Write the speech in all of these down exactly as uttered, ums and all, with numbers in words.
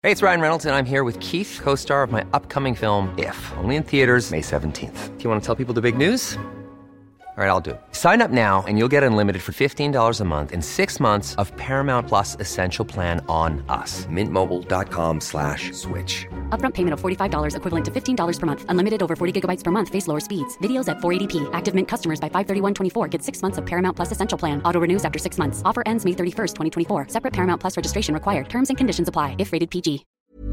Hey, it's Ryan Reynolds, and I'm here with Keith, co-star of my upcoming film, If, only in theaters May seventeenth. Do you want to tell people the big news? All right, I'll do it. Sign up now and you'll get unlimited for fifteen dollars a month and six months of Paramount Plus Essential Plan on us. Mint Mobile dot com slash switch. Upfront payment of forty-five dollars equivalent to fifteen dollars per month. Unlimited over forty gigabytes per month. Face lower speeds. Videos at four eighty p. Active Mint customers by five thirty-one twenty-four get six months of Paramount Plus Essential Plan. Auto renews after six months. Offer ends May thirty-first, twenty twenty-four. Separate Paramount Plus registration required. Terms and conditions apply if rated P G.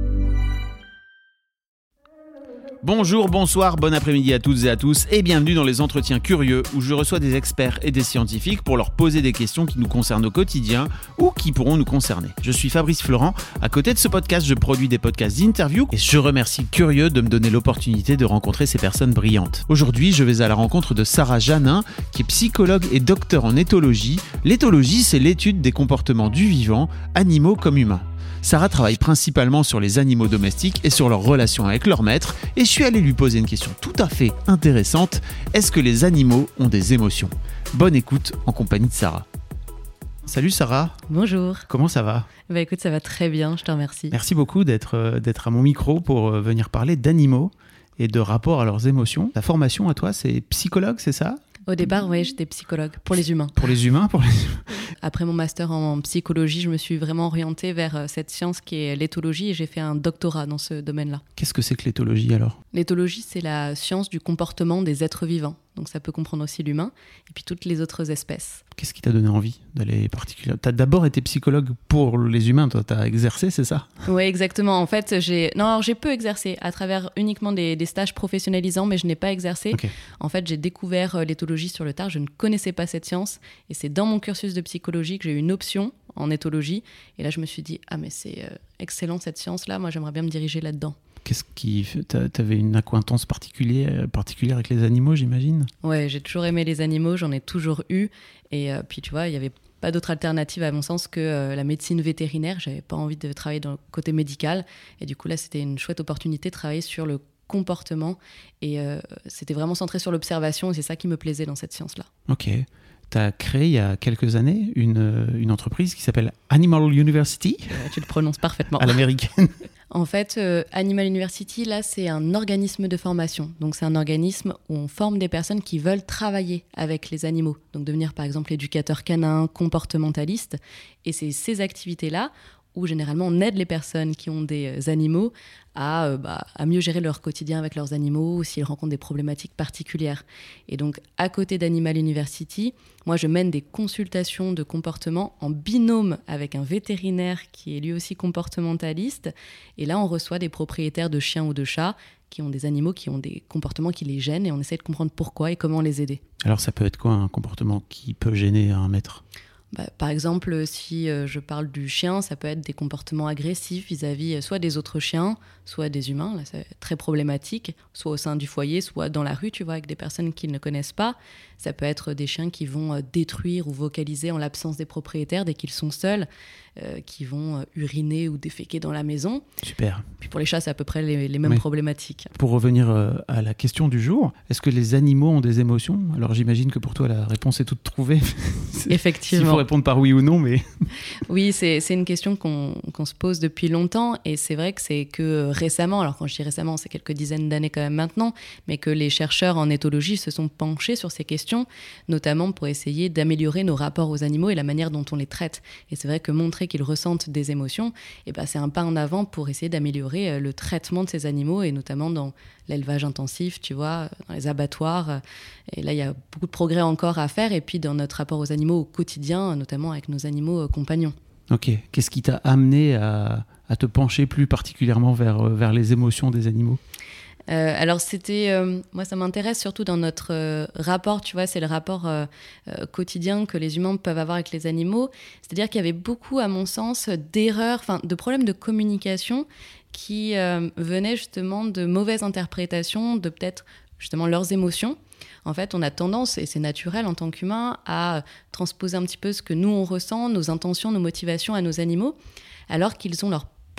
Bonjour, bonsoir, bon après-midi à toutes et à tous et bienvenue dans les entretiens curieux où je reçois des experts et des scientifiques pour leur poser des questions qui nous concernent au quotidien ou qui pourront nous concerner. Je suis Fabrice Florent, à côté de ce podcast, je produis des podcasts d'interview et je remercie Curieux de me donner l'opportunité de rencontrer ces personnes brillantes. Aujourd'hui, je vais à la rencontre de Sarah Janin, qui est psychologue et docteur en éthologie. L'éthologie, c'est l'étude des comportements du vivant, animaux comme humains. Sarah travaille principalement sur les animaux domestiques et sur leur relation avec leur maître, et je suis allé lui poser une question tout à fait intéressante. Est-ce que les animaux ont des émotions ? Bonne écoute en compagnie de Sarah. Salut Sarah. Bonjour. Comment ça va ? Bah écoute, ça va très bien, je te remercie. Merci beaucoup d'être, euh, d'être à mon micro pour euh, venir parler d'animaux et de rapport à leurs émotions. Ta formation à toi, c'est psychologue, c'est ça ? Au départ, oui, j'étais psychologue pour les humains. Pour les humains, pour les humains. Après mon master en psychologie, je me suis vraiment orientée vers cette science qui est l'éthologie et j'ai fait un doctorat dans ce domaine-là. Qu'est-ce que c'est que l'éthologie alors ? L'éthologie, c'est la science du comportement des êtres vivants. Donc ça peut comprendre aussi l'humain et puis toutes les autres espèces. Qu'est-ce qui t'a donné envie d'aller particulièrement ? Tu as d'abord été psychologue pour les humains, toi, tu as exercé, c'est ça ? Oui, exactement. En fait, j'ai non, alors j'ai peu exercé à travers uniquement des, des stages professionnalisants, mais je n'ai pas exercé. Okay. En fait, j'ai découvert l'éthologie sur le tard. Je ne connaissais pas cette science et c'est dans mon cursus de psychologie que j'ai eu une option en éthologie. Et là, je me suis dit, ah mais c'est euh, excellent cette science-là, moi j'aimerais bien me diriger là-dedans. Qu'est-ce qui... T'avais une accointance particulière, particulière avec les animaux, j'imagine ? Ouais, j'ai toujours aimé les animaux, j'en ai toujours eu. Et euh, puis tu vois, il n'y avait pas d'autre alternative à mon sens que euh, la médecine vétérinaire. J'avais pas envie de travailler dans le côté médical. Et du coup là, c'était une chouette opportunité de travailler sur le comportement. Et euh, c'était vraiment centré sur l'observation et c'est ça qui me plaisait dans cette science-là. Ok. Tu as créé il y a quelques années une, une entreprise qui s'appelle Animal University. Euh, tu le prononces parfaitement. À l'américaine. En fait, euh, Animal University, là, c'est un organisme de formation. Donc, c'est un organisme où on forme des personnes qui veulent travailler avec les animaux. Donc, devenir, par exemple, éducateur canin, comportementaliste. Et c'est ces activités-là où, généralement, on aide les personnes qui ont des animaux à, euh, bah, à mieux gérer leur quotidien avec leurs animaux ou s'ils rencontrent des problématiques particulières. Et donc, à côté d'Animal University, moi, je mène des consultations de comportement en binôme avec un vétérinaire qui est lui aussi comportementaliste. Et là, on reçoit des propriétaires de chiens ou de chats qui ont des animaux qui ont des comportements qui les gênent et on essaie de comprendre pourquoi et comment les aider. Alors, ça peut être quoi un comportement qui peut gêner un maître ? Bah, par exemple, si euh, je parle du chien, ça peut être des comportements agressifs vis-à-vis euh, soit des autres chiens, soit des humains. Là, c'est très problématique, soit au sein du foyer, soit dans la rue, tu vois, avec des personnes qu'ils ne connaissent pas. Ça peut être des chiens qui vont euh, détruire ou vocaliser en l'absence des propriétaires dès qu'ils sont seuls, euh, qui vont euh, uriner ou déféquer dans la maison. Super. Puis pour les chats, c'est à peu près les, les mêmes oui. problématiques. Pour revenir euh, à la question du jour, est-ce que les animaux ont des émotions ? Alors j'imagine que pour toi, la réponse est toute trouvée. Effectivement. S'il faut répondre par oui ou non, mais... Oui, c'est, c'est une question qu'on, qu'on se pose depuis longtemps et c'est vrai que c'est que récemment, alors quand je dis récemment, c'est quelques dizaines d'années quand même maintenant, mais que les chercheurs en éthologie se sont penchés sur ces questions, notamment pour essayer d'améliorer nos rapports aux animaux et la manière dont on les traite. Et c'est vrai que montrer qu'ils ressentent des émotions, eh ben, c'est un pas en avant pour essayer d'améliorer le traitement de ces animaux et notamment dans l'élevage intensif, tu vois, dans les abattoirs. Et là, il y a beaucoup de progrès encore à faire et puis dans notre rapport aux animaux au quotidien, notamment avec nos animaux compagnons. Ok. Qu'est-ce qui t'a amené à, à te pencher plus particulièrement vers, vers les émotions des animaux ? Euh, alors c'était, euh, moi ça m'intéresse surtout dans notre euh, rapport, tu vois, c'est le rapport euh, euh, quotidien que les humains peuvent avoir avec les animaux. C'est-à-dire qu'il y avait beaucoup, à mon sens, d'erreurs, enfin de problèmes de communication qui euh, venaient justement de mauvaises interprétations de peut-être justement leurs émotions. En fait, on a tendance, et c'est naturel en tant qu'humain, à transposer un petit peu ce que nous on ressent, nos intentions, nos motivations à nos animaux, alors qu'ils ont leur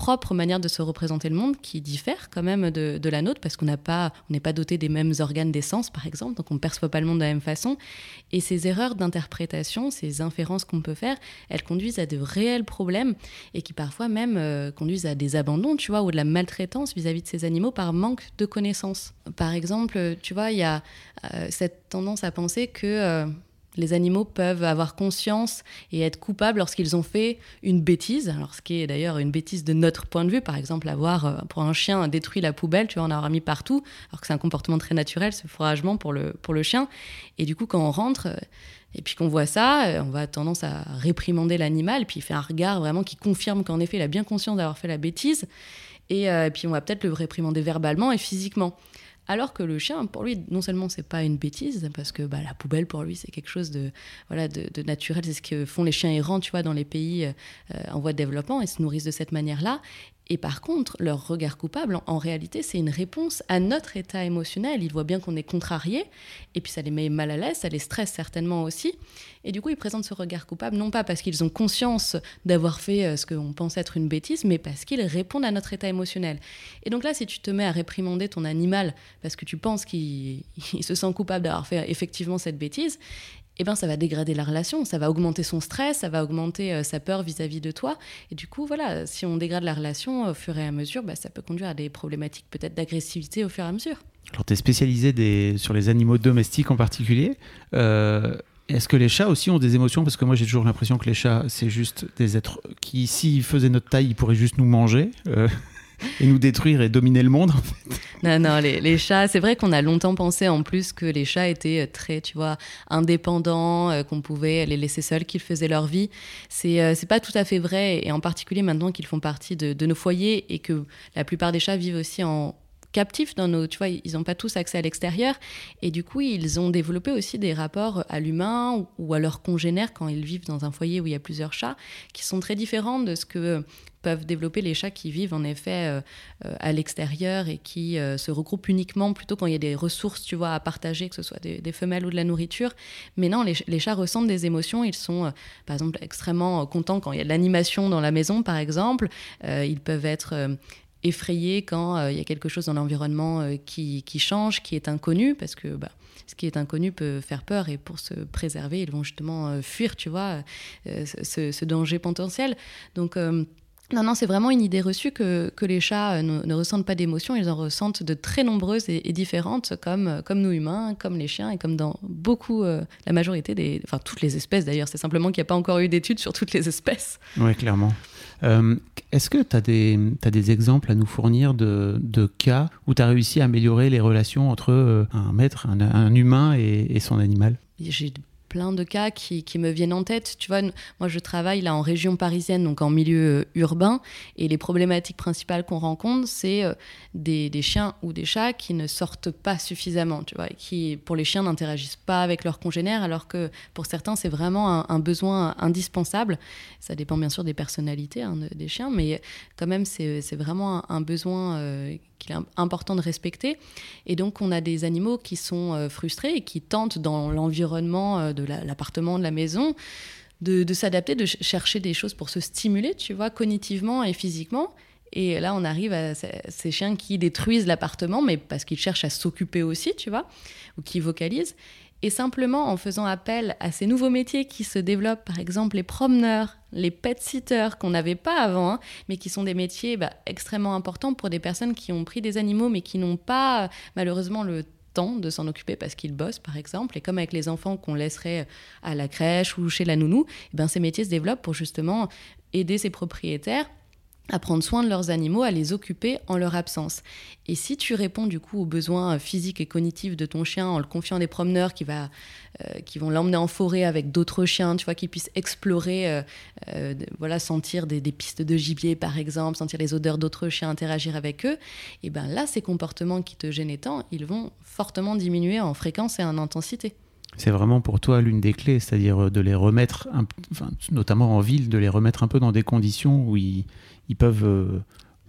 propre manière de se représenter le monde qui diffère quand même de, de la nôtre, parce qu'on n'a pas, on n'est pas doté des mêmes organes des sens, par exemple, donc on ne perçoit pas le monde de la même façon. Et ces erreurs d'interprétation, ces inférences qu'on peut faire, elles conduisent à de réels problèmes et qui parfois même euh, conduisent à des abandons, tu vois, ou de la maltraitance vis-à-vis de ces animaux par manque de connaissances. Par exemple, tu vois, il y a euh, cette tendance à penser que euh, les animaux peuvent avoir conscience et être coupables lorsqu'ils ont fait une bêtise, alors ce qui est d'ailleurs une bêtise de notre point de vue, par exemple avoir, euh, pour un chien, détruit la poubelle, tu vois, on en a mis partout, alors que c'est un comportement très naturel, ce fourragement pour le, pour le chien. Et du coup, quand on rentre, euh, et puis qu'on voit ça, euh, on va tendance à réprimander l'animal, puis il fait un regard vraiment qui confirme qu'en effet, il a bien conscience d'avoir fait la bêtise, et, euh, et puis on va peut-être le réprimander verbalement et physiquement. Alors que le chien, pour lui, non seulement c'est pas une bêtise, parce que bah, la poubelle pour lui c'est quelque chose de, voilà, de, de naturel, c'est ce que font les chiens errants, tu vois, dans les pays euh, en voie de développement, et se nourrissent de cette manière-là. Et par contre, leur regard coupable, en, en réalité, c'est une réponse à notre état émotionnel. Ils voient bien qu'on est contrarié, et puis ça les met mal à l'aise, ça les stresse certainement aussi. Et du coup, ils présentent ce regard coupable, non pas parce qu'ils ont conscience d'avoir fait ce qu'on pense être une bêtise, mais parce qu'ils répondent à notre état émotionnel. Et donc là, si tu te mets à réprimander ton animal parce que tu penses qu'il il se sent coupable d'avoir fait effectivement cette bêtise, eh ben, ça va dégrader la relation, ça va augmenter son stress, ça va augmenter euh, sa peur vis-à-vis de toi. Et du coup, voilà, si on dégrade la relation au fur et à mesure, bah, ça peut conduire à des problématiques peut-être d'agressivité au fur et à mesure. Alors, tu es spécialisé des... sur les animaux domestiques en particulier. Euh, est-ce que les chats aussi ont des émotions ? Parce que moi, j'ai toujours l'impression que les chats, c'est juste des êtres qui, s'ils faisaient notre taille, ils pourraient juste nous manger. Euh... et nous détruire et dominer le monde, en fait. Non, non, les, les chats, c'est vrai qu'on a longtemps pensé en plus que les chats étaient très, tu vois, indépendants, euh, qu'on pouvait les laisser seuls, qu'ils faisaient leur vie. C'est, euh, c'est pas tout à fait vrai, et en particulier maintenant qu'ils font partie de, de nos foyers et que la plupart des chats vivent aussi en captifs dans nos, tu vois, ils n'ont pas tous accès à l'extérieur, et du coup ils ont développé aussi des rapports à l'humain ou, ou à leurs congénères quand ils vivent dans un foyer où il y a plusieurs chats, qui sont très différents de ce que peuvent développer les chats qui vivent en effet euh, euh, à l'extérieur et qui euh, se regroupent uniquement plutôt quand il y a des ressources, tu vois, à partager, que ce soit des, des femelles ou de la nourriture. Mais non, les, les chats ressentent des émotions. Ils sont, euh, par exemple, extrêmement contents quand il y a de l'animation dans la maison, par exemple. Euh, ils peuvent être euh, effrayés quand il euh, y a quelque chose dans l'environnement euh, qui, qui change, qui est inconnu, parce que bah, ce qui est inconnu peut faire peur, et pour se préserver, ils vont justement euh, fuir, tu vois, euh, ce, ce danger potentiel. Donc, euh, Non, non, c'est vraiment une idée reçue que, que les chats ne, ne ressentent pas d'émotions. Ils en ressentent de très nombreuses et, et différentes, comme, comme nous humains, comme les chiens, et comme dans beaucoup, euh, la majorité des... Enfin, toutes les espèces d'ailleurs. C'est simplement qu'il n'y a pas encore eu d'études sur toutes les espèces. Oui, clairement. Euh, est-ce que tu as des, t'as des exemples à nous fournir de, de cas où tu as réussi à améliorer les relations entre euh, un maître, un, un humain et, et son animal ? J'ai plein de cas qui, qui me viennent en tête. Tu vois, moi, je travaille là en région parisienne, donc en milieu urbain, et les problématiques principales qu'on rencontre, c'est euh, des, des chiens ou des chats qui ne sortent pas suffisamment, tu vois, et qui, pour les chiens, n'interagissent pas avec leurs congénères, alors que pour certains, c'est vraiment un, un besoin indispensable. Ça dépend bien sûr des personnalités hein, des chiens, mais quand même, c'est, c'est vraiment un, un besoin euh, qu'il est important de respecter. Et donc, on a des animaux qui sont euh, frustrés et qui tentent dans l'environnement euh, de la, l'appartement, de la maison, de, de s'adapter, de ch- chercher des choses pour se stimuler, tu vois, cognitivement et physiquement. Et là, on arrive à c- ces chiens qui détruisent l'appartement, mais parce qu'ils cherchent à s'occuper aussi, tu vois, ou qui vocalisent. Et simplement, en faisant appel à ces nouveaux métiers qui se développent, par exemple les promeneurs, les pet-sitters, qu'on n'avait pas avant, hein, mais qui sont des métiers bah, extrêmement importants pour des personnes qui ont pris des animaux, mais qui n'ont pas, malheureusement, le temps de s'en occuper parce qu'ils bossent, par exemple. Et comme avec les enfants qu'on laisserait à la crèche ou chez la nounou, eh ben, ces métiers se développent pour justement aider ces propriétaires à prendre soin de leurs animaux, à les occuper en leur absence. Et si tu réponds du coup aux besoins physiques et cognitifs de ton chien en le confiant à des promeneurs qui, va, euh, qui vont l'emmener en forêt avec d'autres chiens, tu vois, qui puissent explorer, euh, euh, voilà, sentir des, des pistes de gibier par exemple, sentir les odeurs d'autres chiens, interagir avec eux, et bien là, ces comportements qui te gênaient tant, ils vont fortement diminuer en fréquence et en intensité. C'est vraiment pour toi l'une des clés, c'est-à-dire de les remettre, un, enfin, notamment en ville, de les remettre un peu dans des conditions où ils, ils peuvent euh,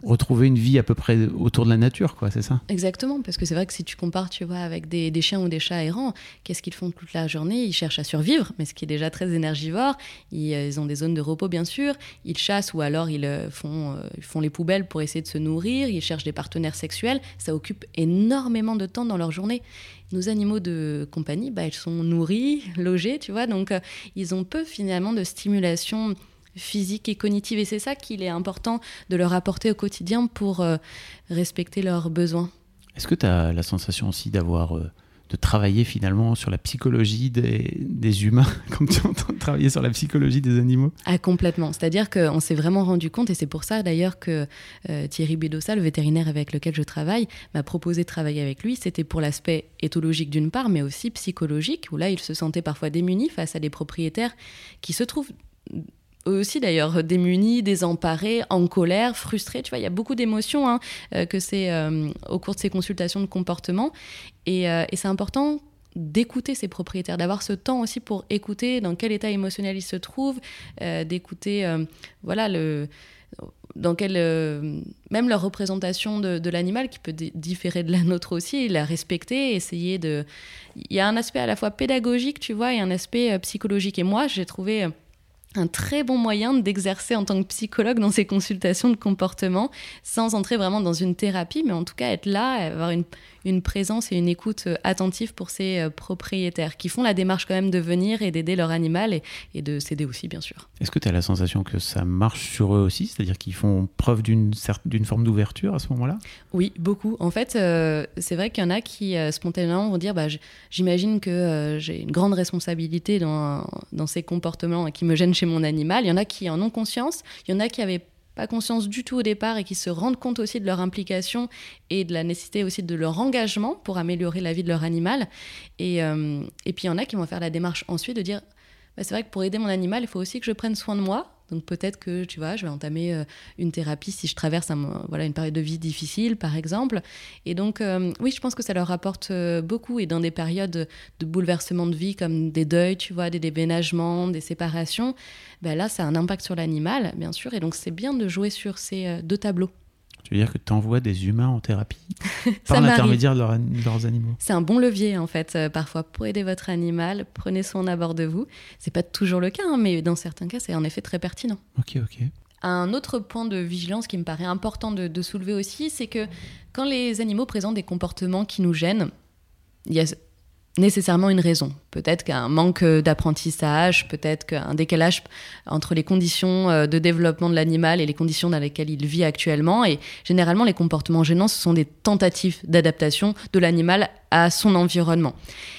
retrouver une vie à peu près autour de la nature, quoi, c'est ça ? Exactement, parce que c'est vrai que si tu compares, tu vois, avec des, des chiens ou des chats errants, qu'est-ce qu'ils font toute la journée ? Ils cherchent à survivre, mais ce qui est déjà très énergivore. Ils, ils ont des zones de repos, bien sûr. Ils chassent ou alors ils font, ils font les poubelles pour essayer de se nourrir. Ils cherchent des partenaires sexuels. Ça occupe énormément de temps dans leur journée. Nos animaux de compagnie, bah, ils sont nourris, logés, tu vois, donc euh, ils ont peu finalement de stimulation physique et cognitive. Et c'est ça qu'il est important de leur apporter au quotidien pour euh, respecter leurs besoins. Est-ce que tu as la sensation aussi d'avoir, euh, de travailler finalement sur la psychologie des, des humains, comme tu es en train de travailler sur la psychologie des animaux ? Ah, complètement. C'est-à-dire qu'on s'est vraiment rendu compte, et c'est pour ça d'ailleurs que euh, Thierry Bedossa, le vétérinaire avec lequel je travaille, m'a proposé de travailler avec lui. C'était pour l'aspect éthologique d'une part, mais aussi psychologique, où là, il se sentait parfois démuni face à des propriétaires qui se trouvent... eux aussi d'ailleurs, démunis, désemparés, en colère, frustrés. Tu vois, il y a beaucoup d'émotions hein, euh, que c'est euh, au cours de ces consultations de comportement. Et, euh, et c'est important d'écouter ces propriétaires, d'avoir ce temps aussi pour écouter dans quel état émotionnel ils se trouvent, euh, d'écouter euh, voilà, le, dans quelle, euh, même leur représentation de, de l'animal qui peut d- différer de la nôtre aussi, la respecter, essayer de... Il y a un aspect à la fois pédagogique, tu vois, et un aspect euh, psychologique. Et moi, j'ai trouvé... Euh, un très bon moyen d'exercer en tant que psychologue dans ces consultations de comportement sans entrer vraiment dans une thérapie, mais en tout cas être là, avoir une, une présence et une écoute attentive pour ces euh, propriétaires qui font la démarche quand même de venir et d'aider leur animal et, et de s'aider aussi, bien sûr. Est-ce que tu as la sensation que ça marche sur eux aussi ? C'est-à-dire qu'ils font preuve d'une, certaine, d'une forme d'ouverture à ce moment-là ? Oui, beaucoup. En fait, euh, c'est vrai qu'il y en a qui euh, spontanément vont dire bah, j'imagine que euh, j'ai une grande responsabilité dans, dans ces comportements qui me gênent chez mon animal. Il y en a qui en ont conscience, il y en a qui n'avaient pas conscience du tout au départ et qui se rendent compte aussi de leur implication et de la nécessité aussi de leur engagement pour améliorer la vie de leur animal. Et, euh, et puis il y en a qui vont faire la démarche ensuite de dire bah, c'est vrai que pour aider mon animal, il faut aussi que je prenne soin de moi. Donc peut-être que tu vois, je vais entamer euh, une thérapie si je traverse un, voilà, une période de vie difficile, par exemple. Et donc, euh, oui, je pense que ça leur apporte euh, beaucoup. Et dans des périodes de bouleversement de vie, comme des deuils, tu vois, des déménagements, des séparations, ben là, ça a un impact sur l'animal, bien sûr. Et donc, c'est bien de jouer sur ces euh, deux tableaux. Tu veux dire que tu envoies des humains en thérapie par l'intermédiaire de, leur, de leurs animaux ? C'est un bon levier, en fait, euh, parfois, pour aider votre animal. Prenez soin d'abord de vous. C'est pas toujours le cas, hein, mais dans certains cas, c'est en effet très pertinent. Ok, ok. Un autre point de vigilance qui me paraît important de, de soulever aussi, c'est que quand les animaux présentent des comportements qui nous gênent, il y a nécessairement une raison. Peut-être qu'un manque d'apprentissage, peut-être qu'un décalage entre les conditions de développement de l'animal et les conditions dans lesquelles il vit actuellement. Et généralement, les comportements gênants, ce sont des tentatives d'adaptation de l'animal à son environnement.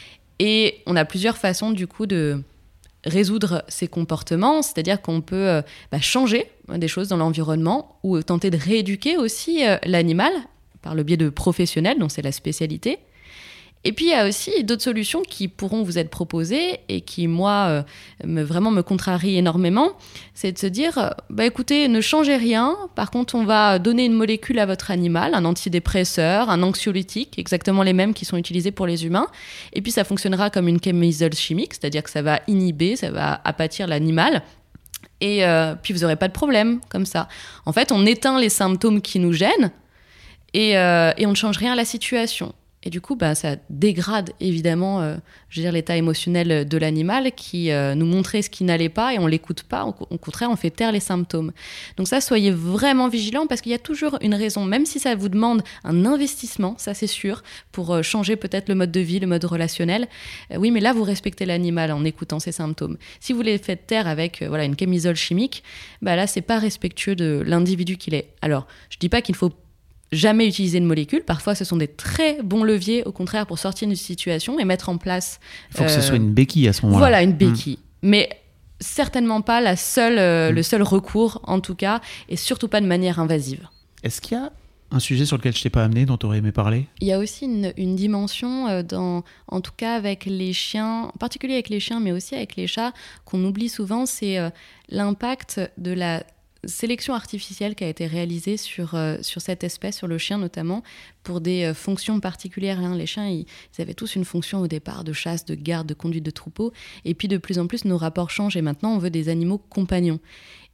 Et on a plusieurs façons, du coup, de résoudre ces comportements, c'est-à-dire qu'on peut euh, bah, changer des choses dans l'environnement ou tenter de rééduquer aussi euh, l'animal par le biais de professionnels, dont c'est la spécialité. Et puis, il y a aussi d'autres solutions qui pourront vous être proposées et qui, moi, euh, me, vraiment me contrarient énormément. C'est de se dire, bah, écoutez, ne changez rien. Par contre, on va donner une molécule à votre animal, un antidépresseur, un anxiolytique, exactement les mêmes qui sont utilisés pour les humains. Et puis, ça fonctionnera comme une camisole chimique, c'est-à-dire que ça va inhiber, ça va apathir l'animal. Et euh, puis, vous n'aurez pas de problème comme ça. En fait, on éteint les symptômes qui nous gênent et, euh, et on ne change rien à la situation. Et du coup, bah, ça dégrade évidemment euh, je veux dire, l'état émotionnel de l'animal qui euh, nous montrait ce qui n'allait pas et on ne l'écoute pas. Au, au contraire, on fait taire les symptômes. Donc ça, soyez vraiment vigilants parce qu'il y a toujours une raison, même si ça vous demande un investissement, ça c'est sûr, pour euh, changer peut-être le mode de vie, le mode relationnel. Euh, oui, mais là, vous respectez l'animal en écoutant ses symptômes. Si vous les faites taire avec euh, voilà, une camisole chimique, bah, là, ce n'est pas respectueux de l'individu qu'il est. Alors, je ne dis pas qu'il faut jamais utiliser une molécule. Parfois, ce sont des très bons leviers, au contraire, pour sortir d'une situation et mettre en place... Il faut euh, que ce soit une béquille à ce moment-là. Voilà, une béquille. Mmh. Mais certainement pas la seule, euh, mmh. le seul recours, en tout cas, et surtout pas de manière invasive. Est-ce qu'il y a un sujet sur lequel je ne t'ai pas amené, dont tu aurais aimé parler ? Il y a aussi une, une dimension, euh, dans, en tout cas avec les chiens, en particulier avec les chiens, mais aussi avec les chats, qu'on oublie souvent, c'est euh, l'impact de la sélection artificielle qui a été réalisée sur, euh, sur cette espèce, sur le chien notamment, pour des euh, fonctions particulières. Hein. Les chiens, ils, ils avaient tous une fonction au départ de chasse, de garde, de conduite de troupeau. Et puis de plus en plus, nos rapports changent et maintenant, on veut des animaux compagnons.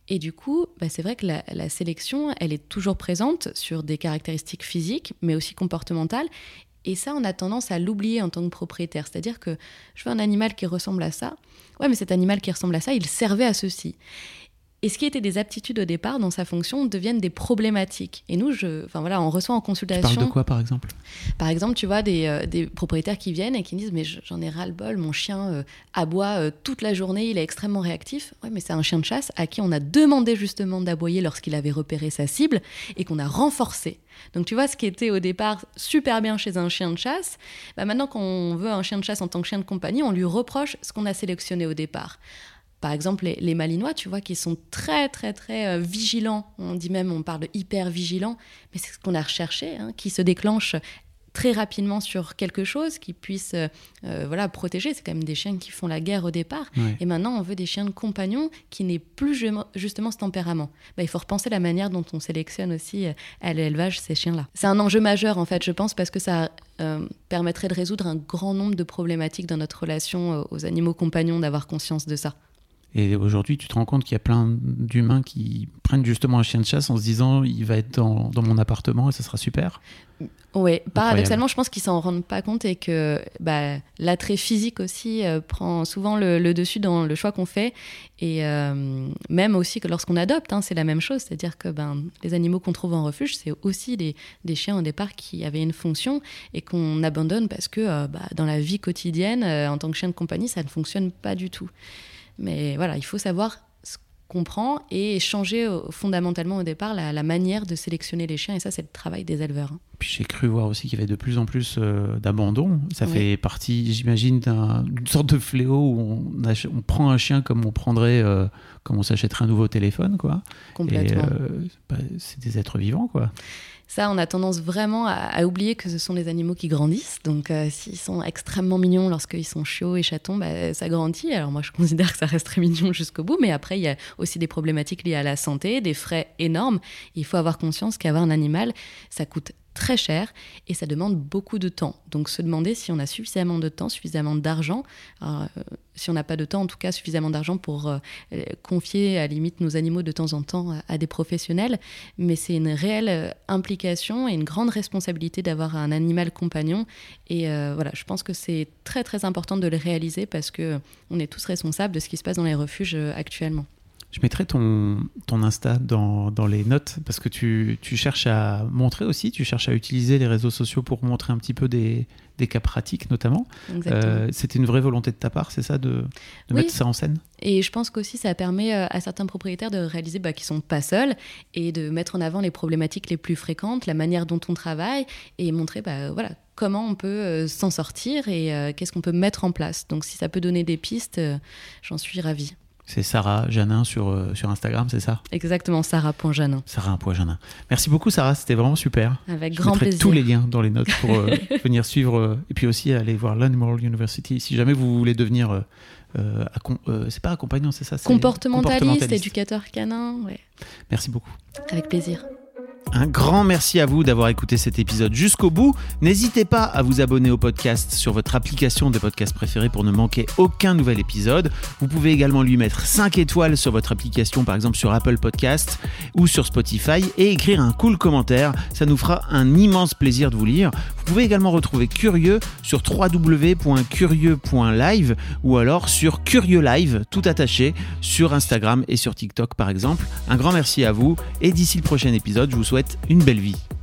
Et du coup, bah, c'est vrai que la, la sélection, elle est toujours présente sur des caractéristiques physiques, mais aussi comportementales. Et ça, on a tendance à l'oublier en tant que propriétaire. C'est-à-dire que je veux un animal qui ressemble à ça. Ouais, mais cet animal qui ressemble à ça, il servait à ceci. Et ce qui était des aptitudes au départ dans sa fonction deviennent des problématiques. Et nous, je, enfin voilà, on reçoit en consultation. Tu parles de quoi, par exemple ? Par exemple, tu vois, des, euh, des propriétaires qui viennent et qui disent « mais j'en ai ras-le-bol, mon chien euh, aboie euh, toute la journée, il est extrêmement réactif. » Ouais, mais c'est un chien de chasse à qui on a demandé justement d'aboyer lorsqu'il avait repéré sa cible et qu'on a renforcé. Donc tu vois, ce qui était au départ super bien chez un chien de chasse, bah maintenant qu'on veut un chien de chasse en tant que chien de compagnie, on lui reproche ce qu'on a sélectionné au départ. Par exemple, les, les Malinois, tu vois, qui sont très, très, très euh, vigilants. On dit même, on parle de hyper vigilants, mais c'est ce qu'on a recherché, hein, qui se déclenchent très rapidement sur quelque chose, qui puissent euh, euh, voilà, protéger. C'est quand même des chiens qui font la guerre au départ. Ouais. Et maintenant, on veut des chiens de compagnon qui n'aient plus justement ce tempérament. Bah, il faut repenser la manière dont on sélectionne aussi euh, à l'élevage ces chiens-là. C'est un enjeu majeur, en fait, je pense, parce que ça euh, permettrait de résoudre un grand nombre de problématiques dans notre relation euh, aux animaux compagnons, d'avoir conscience de ça. Et aujourd'hui, tu te rends compte qu'il y a plein d'humains qui prennent justement un chien de chasse en se disant il va être dans, dans mon appartement et ça sera super. Oui, paradoxalement, je pense qu'ils s'en rendent pas compte et que bah, l'attrait physique aussi euh, prend souvent le, le dessus dans le choix qu'on fait. Et euh, même aussi que lorsqu'on adopte, hein, c'est la même chose. C'est-à-dire que ben, les animaux qu'on trouve en refuge, c'est aussi des, des chiens au départ qui avaient une fonction et qu'on abandonne parce que euh, bah, dans la vie quotidienne, euh, en tant que chien de compagnie, ça ne fonctionne pas du tout. Mais voilà, il faut savoir ce qu'on prend et changer euh, fondamentalement au départ la, la manière de sélectionner les chiens. Et ça, c'est le travail des éleveurs. Hein. Puis j'ai cru voir aussi qu'il y avait de plus en plus euh, d'abandon. Ça oui. fait partie, j'imagine, d'un, d'une sorte de fléau où on, ach- on prend un chien comme on prendrait, euh, comme on s'achèterait un nouveau téléphone, quoi. Complètement. Et, euh, bah, c'est des êtres vivants, quoi. Ça, on a tendance vraiment à, à oublier que ce sont des animaux qui grandissent. Donc, euh, s'ils sont extrêmement mignons lorsqu'ils sont chiots et chatons, bah, ça grandit. Alors moi, je considère que ça reste très mignon jusqu'au bout. Mais après, il y a aussi des problématiques liées à la santé, des frais énormes. Il faut avoir conscience qu'avoir un animal, ça coûte très cher et ça demande beaucoup de temps. Donc se demander si on a suffisamment de temps, suffisamment d'argent, alors, euh, si on n'a pas de temps, en tout cas suffisamment d'argent pour euh, confier à la limite nos animaux de temps en temps à, à des professionnels, mais c'est une réelle implication et une grande responsabilité d'avoir un animal compagnon et euh, voilà, je pense que c'est très très important de le réaliser parce qu'on est tous responsables de ce qui se passe dans les refuges actuellement. Je mettrai ton, ton Insta dans, dans les notes parce que tu, tu cherches à montrer aussi, tu cherches à utiliser les réseaux sociaux pour montrer un petit peu des, des cas pratiques notamment. Euh, c'était une vraie volonté de ta part, c'est ça, de, de oui. mettre ça en scène ? Et je pense qu'aussi ça permet à certains propriétaires de réaliser bah, qu'ils ne sont pas seuls et de mettre en avant les problématiques les plus fréquentes, la manière dont on travaille et montrer bah, voilà, comment on peut euh, s'en sortir et euh, qu'est-ce qu'on peut mettre en place. Donc si ça peut donner des pistes, euh, j'en suis ravie. C'est Sarah Janin sur, euh, sur Instagram, c'est ça ? Exactement, sarah.janin. Sarah.janin. Merci beaucoup Sarah, c'était vraiment super. Avec Je grand mettrai plaisir. tous les liens dans les notes pour euh, venir suivre euh, et puis aussi aller voir l'Animal University. Si jamais vous voulez devenir, euh, euh, accom- euh, c'est pas accompagnant, c'est ça c'est comportementaliste, comportementaliste, éducateur canin. Ouais. Merci beaucoup. Avec plaisir. Un grand merci à vous d'avoir écouté cet épisode jusqu'au bout. N'hésitez pas à vous abonner au podcast sur votre application de podcast préférée pour ne manquer aucun nouvel épisode. Vous pouvez également lui mettre cinq étoiles sur votre application, par exemple sur Apple Podcasts ou sur Spotify et écrire un cool commentaire. Ça nous fera un immense plaisir de vous lire. Vous pouvez également retrouver Curieux sur w w w point curieux point live ou alors sur Curieux Live, tout attaché, sur Instagram et sur TikTok par exemple. Un grand merci à vous et d'ici le prochain épisode, je vous souhaite une belle vie.